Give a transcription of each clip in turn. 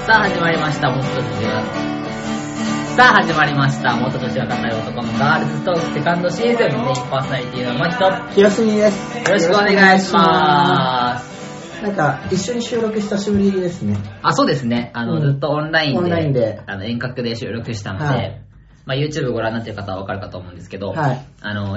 さあ始まりました元年が硬い男のガールズトークセカンドシーズンメインパーソナリティのマキと清澄です。 よろしくお願いします。 なんか一緒に収録久しぶりですね。 そうですね。ずっとオンラインで遠隔で収録したので、はい、YouTube ご覧になっている方はわかるかと思うんですけど、はい、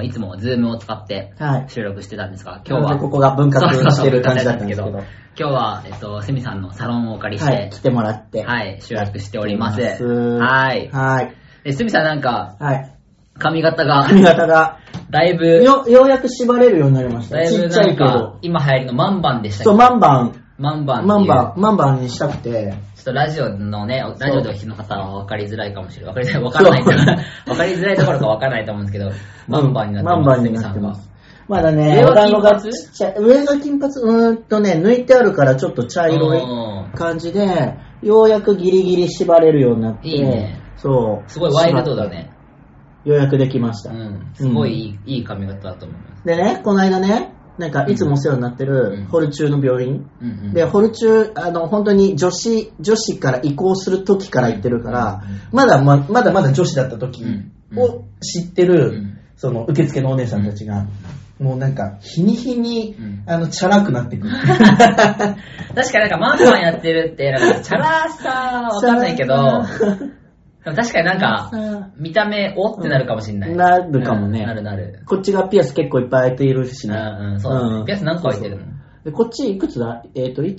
いつも Zoom を使って収録してたんですが、今日はここが分割してる感じだったんですけど、 今日はセミさんのサロンをお借りして、はい、 来てもらって、 はい、収録しております。 はい。はい。 セミさんなんか、はい、髪型がだいぶようやく縛れるようになりました。 だいぶなんか今流行りのマンバンでしたっけ？ そう、マンバンにしたくて。 ちょっとラジオのね、ラジオでお聞きの方は分かりづらいかもしれない。分かりづらいところか分からないと思うんですけど、マンバンになってます。 マンバンになってます。まだね、上が金髪抜いてあるからちょっと茶色い感じで、ようやくギリギリ縛れるようになって。 いいね。 そう。 すごいワイルドだね。 ようやくできました。 すごいいい髪型だと思います。 でね、この間ね、なんかいつもお世話になってるホルチューの病院、でホルチュー本当に女子から移行する時から行ってるから、まだまだ女子だった時を知ってる、その受付のお姉さんたちが、もうなんか日に日にチャラくなってくる。 確かになんかマンバンやってるってなんかチャラさはわかんないけど。確かになんか、見た目、おってなるかもしれない。 なるかもね。 なる。 こっちがピアス結構いっぱい開いているしね。 そう。ピアス何個開いてるの？ でこっちいくつだ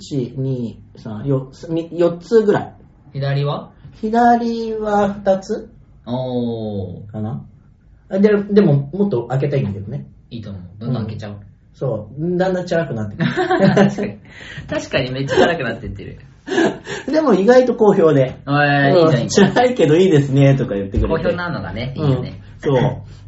？1、2、3、4つぐらい。 左は 2つかな。でも、もっと開けたいんだけどね。 いいと思う。どんどん開けちゃう。 そう。だんだんチャラくなってくる。 確かにめっちゃチャラくなってってる。 でも意外と好評で。 いいじゃん。 チャラいけどいいですねとか言ってくれて。 好評なのがね、いいよね。 そう。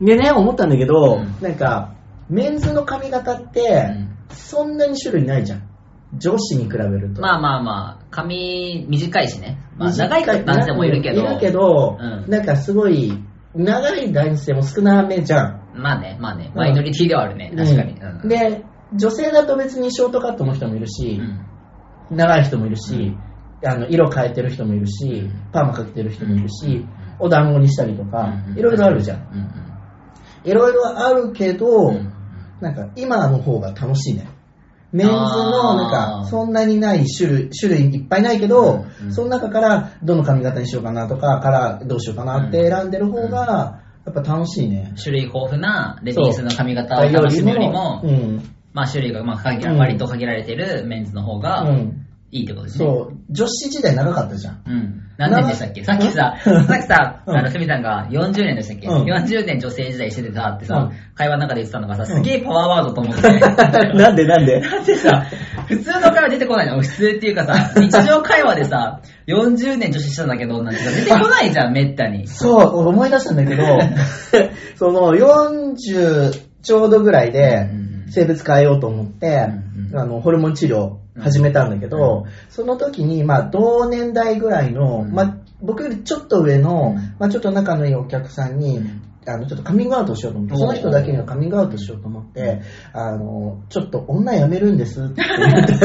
でね、思ったんだけど、なんか、メンズの髪型って、そんなに種類ないじゃん。女子に比べると。 まあ、髪短いしね。長い男性もいるけど、 なんかすごい、長い男性も少なめじゃん。 まあね。マイノリティではあるね。確かに。 で、女性だと別にショートカットの人もいるし、長い人もいるし、色変えてる人もいるし、パーマかけてる人もいるし、お団子にしたりとか、いろいろあるじゃん。いろいろあるけど、なんか今の方が楽しいね。メンズのなんかそんなにない種類いっぱいないけど、その中からどの髪型にしようかなとか、カラーどうしようかなって選んでる方がやっぱ楽しいね。 種類豊富なレディースの髪型を楽しむよりも、種類が割と限られてるメンズの方がいいってことですね。 そう。女子時代長かったじゃん。 何年でしたっけ？さっきさ、すみさんが40年でしたっけ？40年女性時代しててさってさ、会話の中で言ってたのがさ、すげえパワーワードと思って。 なんでだってさ、普通の会話出てこないの？普通っていうかさ、日常会話でさ、40年女子したんだけど、なんてさ、出てこないじゃん、めったに。 そう、思い出したんだけど、その40ちょうどぐらいで性別変えようと思って、ホルモン治療始めたんだけど、その時に同年代ぐらいの、僕よりちょっと上の、ちょっと仲のいいお客さんに、ちょっとカミングアウトしようと思って、その人だけにはカミングアウトしようと思って、ちょっと女辞めるんですって言ったんです。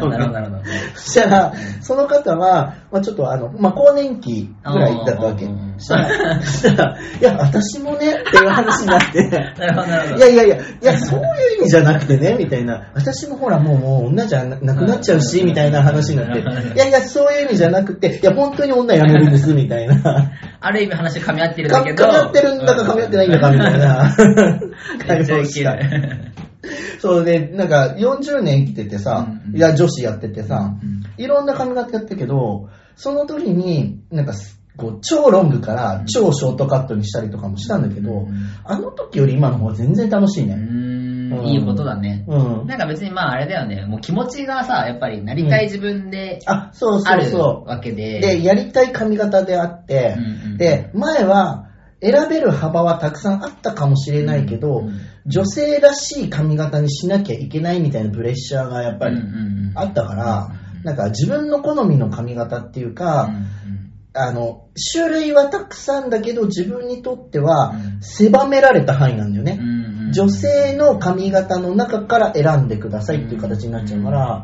なるほど。 そしたら、その方は、ちょっと更年期ぐらいだったわけ。したら、いや、私もね、っていう話になって、いや、そういう意味じゃなくてね、みたいな、私もほら、もう女じゃなくなっちゃうし、みたいな話になって、いや、そういう意味じゃなくて、いや、本当に女辞めるんです、みたいな。 ある意味話噛み合ってるんだけど。 噛み合ってるんだか噛み合ってないんだか、みたいな。会話をした。そうで、なんか40年生きててさ、いや、女子やっててさ、いろんな髪型やったけど、その時に、なんか、超ロングから超ショートカットにしたりとかもしたんだけど、あの時より今の方が全然楽しいね。 いいことだね。なんか別にあれだよね、もう気持ちがさ、やっぱりなりたい自分であるわけで。 で、やりたい髪型であって、で、前は選べる幅はたくさんあったかもしれないけど、女性らしい髪型にしなきゃいけないみたいなプレッシャーがやっぱりあったから、なんか自分の好みの髪型っていうか、種類はたくさんだけど自分にとっては狭められた範囲なんだよね。女性の髪型の中から選んでくださいっていう形になっちゃうから、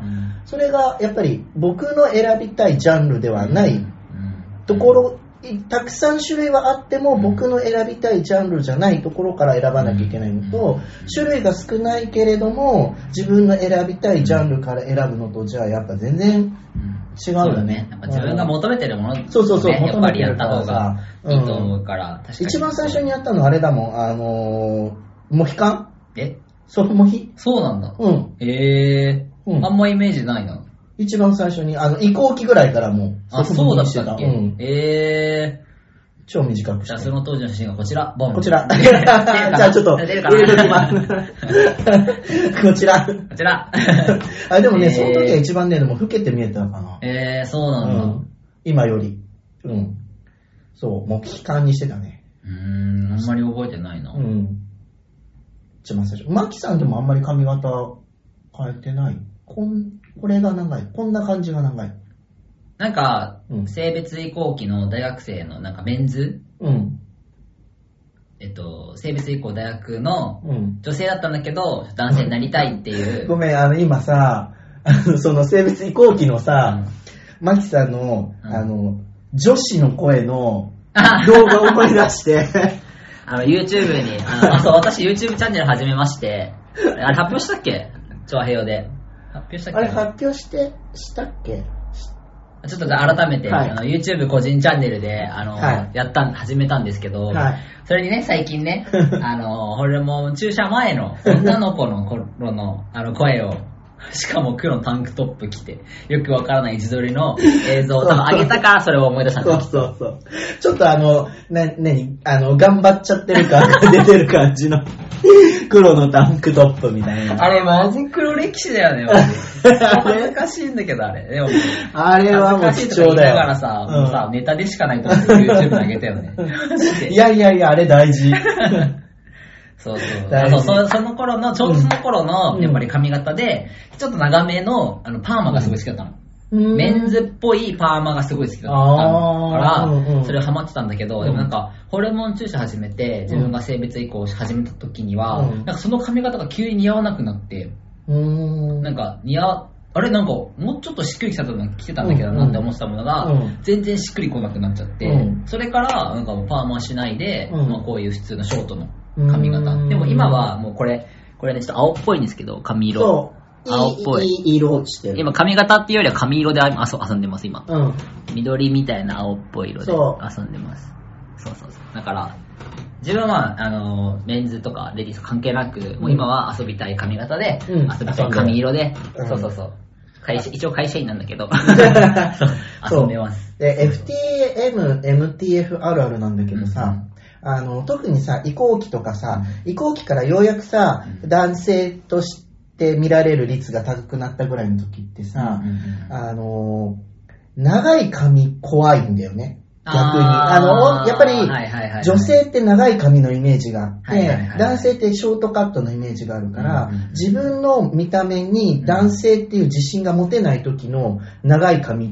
それがやっぱり僕の選びたいジャンルではないところ、たくさん種類はあっても僕の選びたいジャンルじゃないところから選ばなきゃいけないのと、種類が少ないけれども自分の選びたいジャンルから選ぶのとじゃあやっぱ全然違うよね。 やっぱ自分が求めてるもの、ね、 そう、 やっぱりやった方がいいと思うから、確かに一番最初にやったのあれだもん、モヒカン？ソフモヒ？ そうなんだ。あんまイメージないな。 一番最初に、移行期ぐらいからもう、そうだったっけ？ 超短くして。 じゃあその当時の写真がこちら。 こちら。じゃあちょっと、入れときます。こちら。でもね、その時は一番ね、でも老けて見えたのかな。そうなんだ。 今より。そう、もう期間にしてたね。 あんまり覚えてないな。 一番最初。マキさんでもあんまり髪型変えてない。これが長い。こんな感じが長い。 なんか、性別移行期の大学生のなんかメンズ、性別移行大学の女性だったんだけど、男性になりたいっていう。 ごめん、今さ、その性別移行期のさ、マキさんの、女子の声の動画を思い出して、 YouTube に、そう、私 YouTube チャンネル始めまして、あれ発表したっけ？チョアヘヨで。発表したっけ？ あれ発表したっけ？ ちょっと改めて、YouTube 個人チャンネルで、始めたんですけど、それにね、最近ね、ホルモン注射前の女の子の頃の、声を、しかも黒のタンクトップ着て、よくわからない自撮りの映像を多分上げたからそれを思い出したんです。 そう。ちょっと頑張っちゃってる感が出てる感じの黒のタンクトップみたいな。 あれマジ黒歴史だよね、マジ。恥ずかしいんだけど、あれ。でもあれはもう貴重だよ。 だからさ、もうさ、ネタでしかないと思って YouTube 上げたよね。 いや、あれ大事。 そう。その頃の、ちょうどその頃の、やっぱり髪型で、ちょっと長めの、パーマがすごい好きだったの。メンズっぽいパーマがすごい好きだったから、それをハマってたんだけど、でもなんか、ホルモン注射始めて、自分が性別移行始めた時には、なんかその髪型が急に似合わなくなって、なんかあれなんか、もうちょっとしっくりきてたんだけどなって思ってたものが、全然しっくりこなくなっちゃって、それから、なんかもうパーマしないで、こういう普通のショートの髪型。でも今はもうこれね、ちょっと青っぽいんですけど、髪色。青っぽい。 いい色してる。 今髪型っていうよりは髪色で遊んでます、今。緑みたいな青っぽい色で遊んでます。そう。だから、自分は、メンズとかレディース関係なく、もう今は遊びたい髪型で、遊びたい髪色で、そう。一応会社員なんだけど、遊んでます。 で、FTM、MTF あるあるなんだけどさ、特にさ、移行期とかさ、移行期からようやくさ、男性として見られる率が高くなったぐらいの時ってさ、長い髪怖いんだよね。逆に。やっぱり、女性って長い髪のイメージがあって、男性ってショートカットのイメージがあるから、自分の見た目に男性っていう自信が持てない時の長い髪って、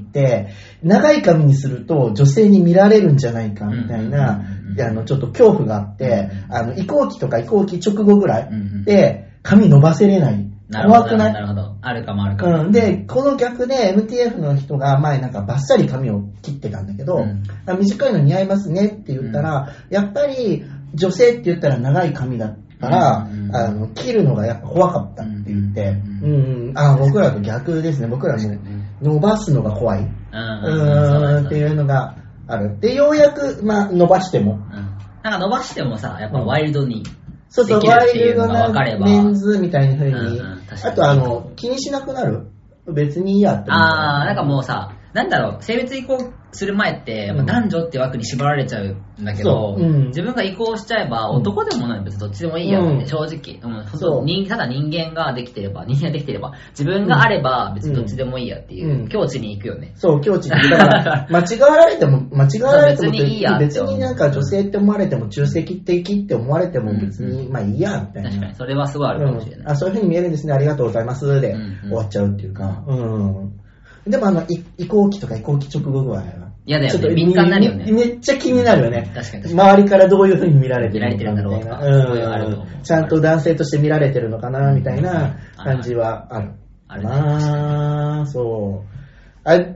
長い髪にすると女性に見られるんじゃないかみたいな、ちょっと恐怖があって、移行期とか移行期直後ぐらいで髪伸ばせれない。怖くない？ なるほど。あるかも。 で、この逆で MTF の人が前なんかバッサリ髪を切ってたんだけど、短いの似合いますねって言ったら、やっぱり女性って言ったら長い髪だから、切るのがやっぱ怖かったって言って、僕らと逆ですね。僕らも伸ばすのが怖い。っていうのがある。で、ようやく、伸ばしても。 なんか伸ばしてもさ、やっぱワイルドに。 ワイルドなメンズみたいな風に。あと気にしなくなる。別にいいやって思う。 なんかもうさ、なんだろう、性別移行する前って、男女って枠に縛られちゃうんだけど、自分が移行しちゃえば、男でもない別にどっちでもいいやって、正直。ただ人間ができてれば、自分があれば別にどっちでもいいやっていう境地に行くよね。 そう、境地に行く。だから間違われても別にいいや。 別になんか女性って思われても、中性的って思われても別に、いいや、みたいな。 確かに、それはすごいあるかもしれない。 そういう風に見えるんですね、ありがとうございます、で終わっちゃうっていうか。でも移行期とか移行期直後ぐらいは。 嫌だよね。敏感になるよね。 めっちゃ気になるよね。 確かに。 周りからどういう風に見られてるんだろうとか。 ちゃんと男性として見られてるのかな、みたいな感じはある。 かな。そう。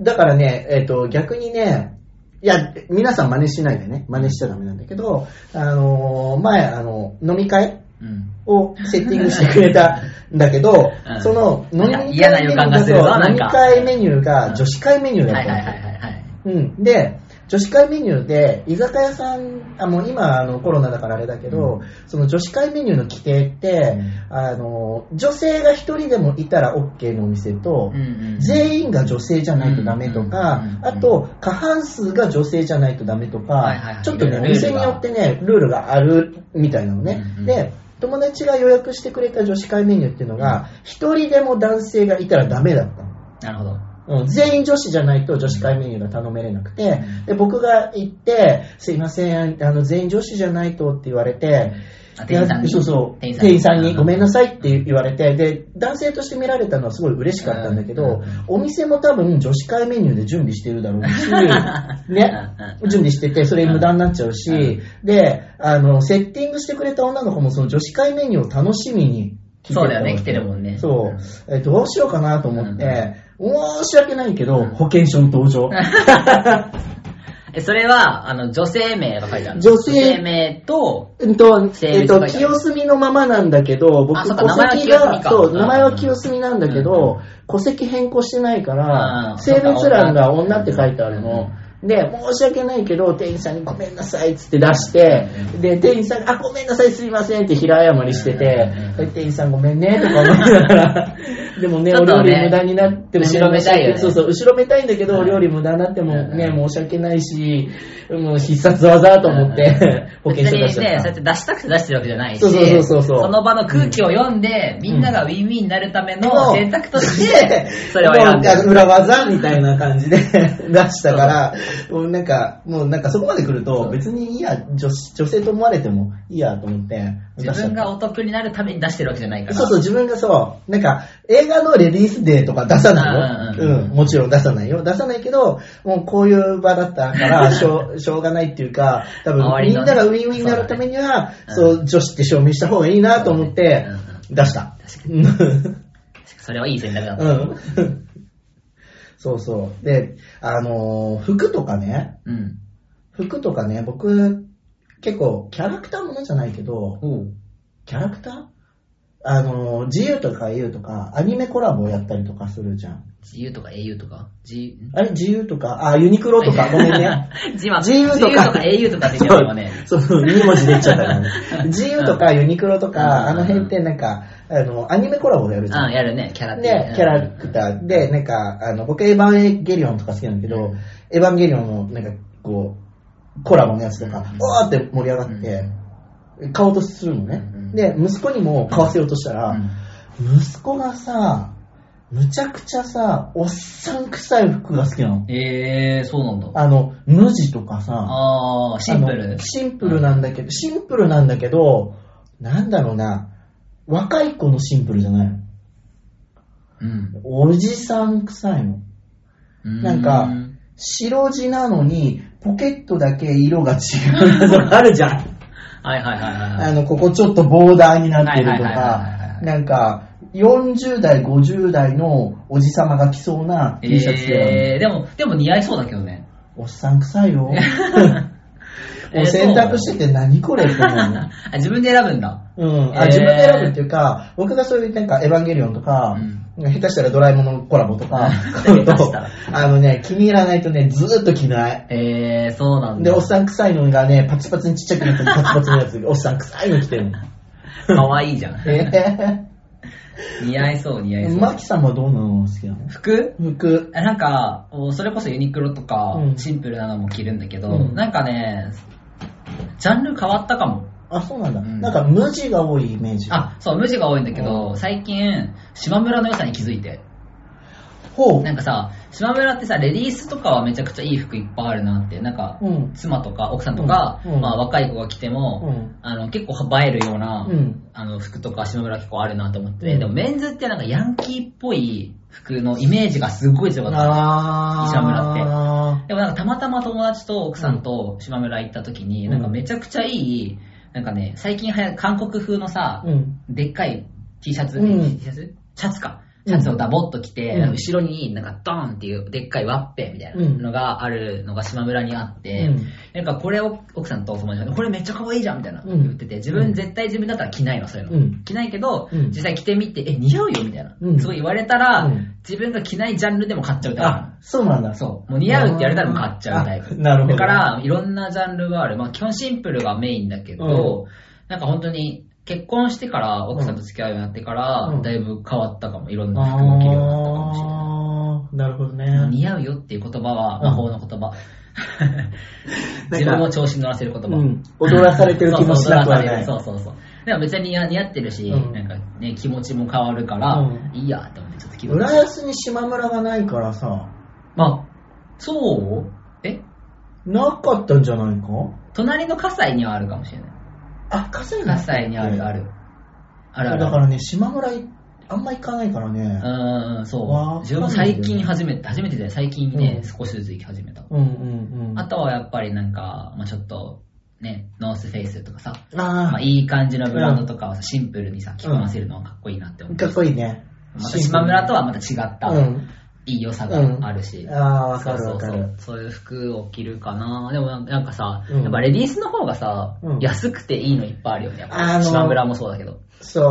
だからね、逆にね、いや、皆さん真似しないでね。真似しちゃダメなんだけど、前、飲み会をセッティングしてくれたんだけど、その飲み会メニューが女子会メニューだったの。で、女子会メニューで、居酒屋さん、もう今コロナだからあれだけど、その女子会メニューの規定って、女性が一人でもいたら OK のお店と、全員が女性じゃないとダメとか、あと過半数が女性じゃないとダメとか、ちょっとね、お店によってね、ルールがあるみたいなのね。で、友達が予約してくれた女子会メニューっていうのが、一人でも男性がいたらダメだったの。 なるほど。 全員女子じゃないと女子会メニューが頼めれなくて、で僕が行ってすいません全員女子じゃないとって言われて、店員さんにごめんなさいって言われて、で男性として見られたのはすごい嬉しかったんだけど、お店も多分女子会メニューで準備してるだろうしね、準備しててそれ無駄になっちゃうし、でセッティングしてくれた女の子もその女子会メニューを楽しみにそうだよね、来てるもんね。 そう、どうしようかなと思って、申し訳ないけど、保険証の登場。 それは、女性名が書いてある。 女性名と、 清澄のままなんだけど、僕、戸籍が、そう、名前は清澄なんだけど、戸籍変更してないから、性別欄が女って書いてあるの。で、申し訳ないけど、店員さんにごめんなさいっつって出して、で、店員さんが、ごめんなさいすいませんって平謝りしてて、店員さんごめんねとか思いながら、でもね、お料理無駄になっても、 後ろめたいよね。 そうそう、後ろめたいんだけど、お料理無駄になってもね、申し訳ないし、もう必殺技と思って、保険証出しちゃった。 ね、そうやって出したくて出してるわけじゃないし、 そうその場の空気を読んで、みんながウィンウィンになるための選択として、それを選んで裏技みたいな感じで出したから、もうなんかそこまで来ると別にいいや、女性と思われてもいいやと思って。 自分がお得になるために出してるわけじゃないから。 そうそう、自分がそう、なんか映画のレディースデーとか出さないよ。もちろん出さないよ。出さないけど、もうこういう場だったからしょうがないっていうか、多分みんながウィンウィンになるためには、そう女子って証明した方がいいなと思って出した。 それはいい選択だった。 そうそう。で、服とかね、僕、結構、キャラクターものじゃないけど、キャラクターGU とか au とか、アニメコラボをやったりとかするじゃん。 GU とか au とかあれ GU とか、ユニクロとか、ごめんね。 GU とか au とかって言うのね。 そう、2文字で言っちゃったからね。GU とかユニクロとか、あの辺ってなんか、アニメコラボでやるじゃん。 やるね、キャラクター。で、キャラクターで、なんか、僕エヴァンゲリオンとか好きなんだけど、エヴァンゲリオンのなんか、こう、コラボのやつとか、わーって盛り上がって、買おうとするのね。で、息子にも買わせようとしたら、息子がさ、むちゃくちゃさ、おっさん臭い服が好きなの。 そうなんだ。 無地とかさ、 シンプル。 シンプルなんだけど、なんだろうな、若い子のシンプルじゃないの。おじさん臭いの。なんか、白地なのに、ポケットだけ色が違うのがあるじゃん。ここちょっとボーダーになってるとか、なんか、40代、50代のおじさまが着そうな T シャツで。でも似合いそうだけどね。 おっさん臭いよ。もう選択してて何これって思うの。 自分で選ぶんだ。 自分で選ぶっていうか、僕がそういうなんかエヴァンゲリオンとか、下手したらドラえもんのコラボとか、気に入らないとね、ずーっと着ない。 そうなんだ。 で、おっさん臭いのがね、パツパツにちっちゃくなってパツパツのやつ、おっさん臭いの着てるの。 かわいいじゃん。似合いそう。 マキさんはどんなの好きなの？ 服。なんか、それこそユニクロとか、シンプルなのも着るんだけど、なんかね、ジャンル変わったかも。 あ、そうなんだ。なんか無地が多いイメージ。 そう、無地が多いんだけど、最近、島村の良さに気づいて。なんかさ、島村ってさ、レディースとかはめちゃくちゃいい服いっぱいあるなって、なんか、妻とか奥さんとか、若い子が着ても、結構映えるような、服とか島村結構あるなと思って、でもメンズってなんかヤンキーっぽい服のイメージがすごい強かった。島村って。でもなんかたまたま友達と奥さんと島村行った時に、なんかめちゃくちゃいい、なんかね、最近韓国風のさ、でっかい T シャツ、シャツか。 シャツをダボっと着て、後ろになんかドーンっていうでっかいワッペンみたいなのがあるのが島村にあって、なんかこれを奥さんとお友達がこれめっちゃ可愛いじゃんみたいな言ってて、絶対自分だったら着ないの、そういうの。着ないけど、実際着てみて、似合うよみたいな。すごい言われたら、自分が着ないジャンルでも買っちゃうタイプ。 あ、そうなんだ。 そう。もう似合うって言われたらもう買っちゃうタイプ。 なるほど。 だから、いろんなジャンルがある。まあ基本シンプルがメインだけど、なんか本当に、結婚してから、奥さんと付き合うようになってから、だいぶ変わったかも。いろんな服を着るようになったかもしれない。 なるほどね。 似合うよっていう言葉は魔法の言葉。自分を調子に乗らせる言葉。 踊らされてる気もしなくはない。 そう。でも別に似合ってるし、なんかね、気持ちも変わるから、いいやって思ってちょっと気分。 浦安に島村がないからさ。 まあ、そうなかったんじゃないか？ 隣の葛西にはあるかもしれない。 あ、葛西にある。ある。 だからね、島村あんま行かないからね。 そう。自分も最近初めてで最近ね、少しずつ行き始めた。あとはやっぱりなんか、まあちょっと、ね、ノースフェイスとかさ、まあいい感じのブランドとかをさ、シンプルにさ、着こなせるのはかっこいいなって思う。 かっこいいね。 また島村とはまた違った、いい良さがあるし。 わかる。 そういう服を着るかな。でもなんかさ、やっぱレディースの方がさ、安くていいのいっぱいあるよね。やっぱ島村もそうだけど。 そう、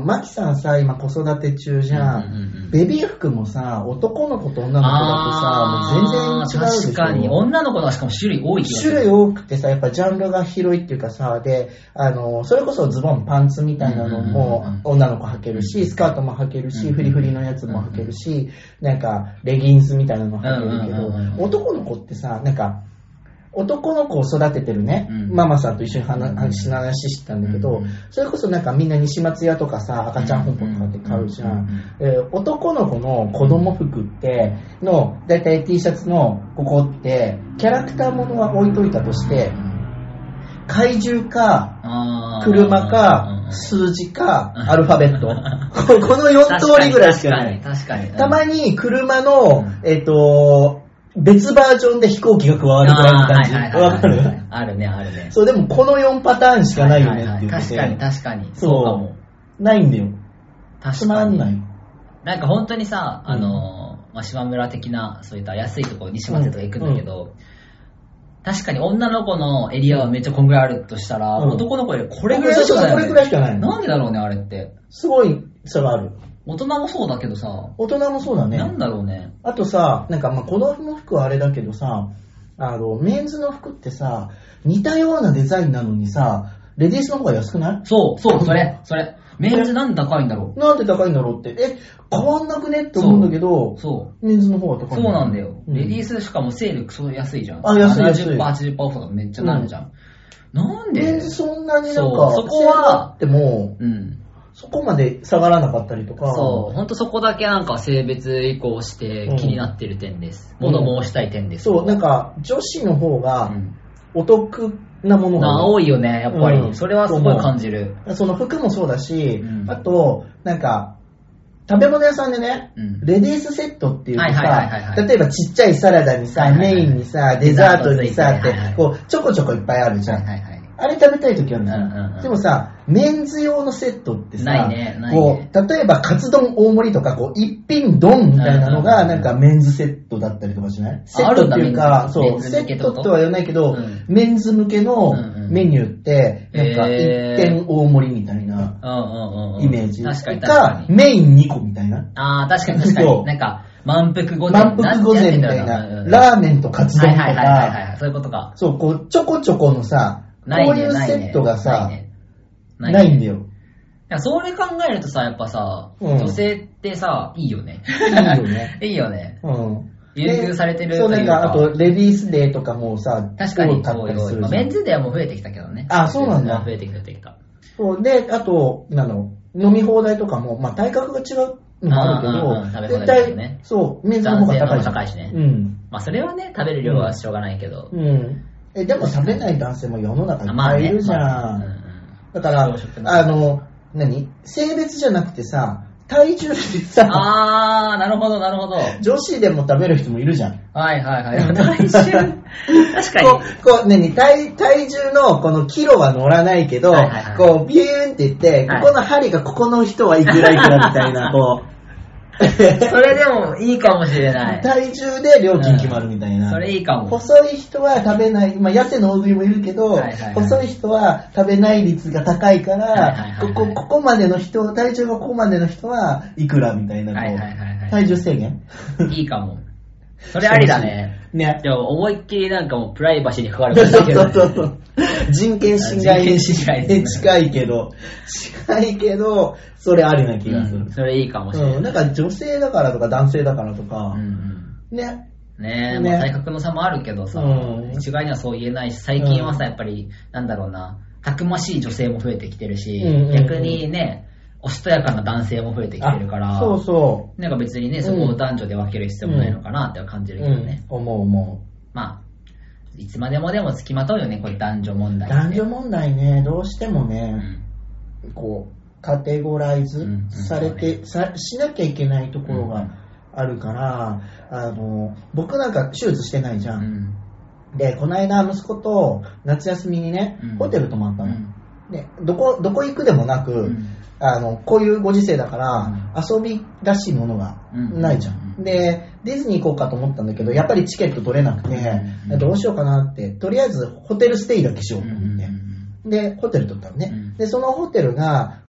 マキさんさ、今子育て中じゃん。ベビー服もさ、男の子と女の子だとさ、もう全然違うでしょ。 確かに。女の子はしかも種類多い気がする。 種類多くてさ、やっぱジャンルが広いっていうかさ、で、それこそズボン、パンツみたいなのも女の子履けるし、スカートも履けるし、フリフリのやつも履けるし、なんか、レギンスみたいなのも履けるけど、男の子ってさ、なんか、男の子を育ててるね、ママさんと一緒に話してたんだけど、それこそなんかみんな西松屋とかさ、赤ちゃん本舗とかって買うじゃん。男の子の子供服ってだいたい T シャツのここって、キャラクターものは置いといたとして、怪獣か、車か、数字か、アルファベット。この4通りぐらいしかない。 確かに。 たまに車の、別バージョンで飛行機が加わるぐらいの感じ。わかる？ あるね。 そう、でもこの4パターンしかないよねって言ってて。 確かに。そうかも。 ないんだよ。 つまんない。なんか本当にさ、まあ、島村的な、そういった安いところ、西松とか行くんだけど、確かに女の子のエリアはめっちゃこんぐらいあるとしたら、男の子よりこれぐらいしかない。 これぐらいしかない。 なんでだろうね、あれって。 すごい差がある。 大人もそうだけどさ。 大人もそうだね。 なんだろうね。 あとさ、なんかまあ子供の服はあれだけどさ、メンズの服ってさ、似たようなデザインなのにさ、レディースの方が安くない？ そう、それ。メンズなんで高いんだろう。 なんで高いんだろうって。変わんなくねって思うんだけど、メンズの方が高い。 そうなんだよ。レディースしかもセールそう安いじゃん。 安い。 70%、80%オフとかめっちゃなるじゃん。なんで？ メンズそんなになんか、 そこは、 でも、そこまで下がらなかったりとか。 そう、ほんとそこだけなんか性別移行して気になってる点です。物申したい点です。 そう、なんか女子の方がお得なものが多いよね、やっぱり。それはすごい感じる。 その服もそうだし、あと、なんか、食べ物屋さんでね、レディースセットっていうかさ、例えばちっちゃいサラダにさ、メインにさ、デザートにさって、こう、ちょこちょこいっぱいあるじゃん。あれ食べたいときあるの。でもさ、メンズ用のセットってさ、こう、例えばカツ丼大盛りとか、こう、一品丼みたいなのが、なんかメンズセットだったりとかしない？セットっていうか、そう、セットとは言わないけど、メンズ向けのメニューって、なんか一点大盛りみたいなイメージ。 確かに。メイン2個みたいな。 確かに。なんか、満腹御膳みたいな。ラーメンとカツ丼とか。 そういうことか。 そう、こう、ちょこちょこのさ、こういうセットがさ、ないんだよ。 それ考えるとさ、やっぱさ、女性ってさ、いいよね。いいよね。優遇されてるというか。 そう、なんか、あと、レディースデーとかもさ、 確かにそうよ。メンズデーはもう増えてきたけどね。 そうなんだ。 増えてきた。 そうで、あと、飲み放題とかも、まあ、体格が違うのもあるけど、絶対、そう、メンズの方が高いしね。まあ、それはね、食べる量はしょうがないけど。 でも食べない男性も世の中にいっぱいいるじゃん。だから、性別じゃなくてさ、体重でさ、 なるほど。 女子でも食べる人もいるじゃん。 はい。体重、確かに。 体重のこのキロは乗らないけど、こう、ビューンって言って、ここの針がここの人はいくらみたいな、こう、 それでもいいかもしれない。 体重で料金決まるみたいな。 それいいかも。 細い人は食べない、痩せの大食いもいるけど、細い人は食べない率が高いから、ここまでの人、体重がここまでの人はいくらみたいな、体重制限いいかも。それありだね。 ね。 でも思いっきりなんかもうプライバシーに関わるかもしれない。 そう。人権侵害に近いけど、それありな気がする。 それいいかもしれない。 なんか女性だからとか男性だからとか、 ねえ、体格の差もあるけどさ、一概にはそう言えないし、最近はさ、やっぱり、なんだろうな、たくましい女性も増えてきてるし、逆にね、おしとやかな男性も増えてきてるから、なんか別にね、そこを男女で分ける必要もないのかなって感じるけどね。 思う。 まあ、いつまでもでも付きまとうよね、こういう男女問題。 男女問題ね、どうしてもね、こう、カテゴライズされて、しなきゃいけないところがあるから、僕なんか手術してないじゃん。で、この間息子と夏休みにね、ホテル泊まったの。で、どこ行くでもなく、こういうご時世だから、遊びらしいものがないじゃん。で、ディズニー行こうかと思ったんだけど、やっぱりチケット取れなくて、どうしようかなって、とりあえずホテルステイだけしようと思って。で、ホテル取ったのね。で、そのホテルが、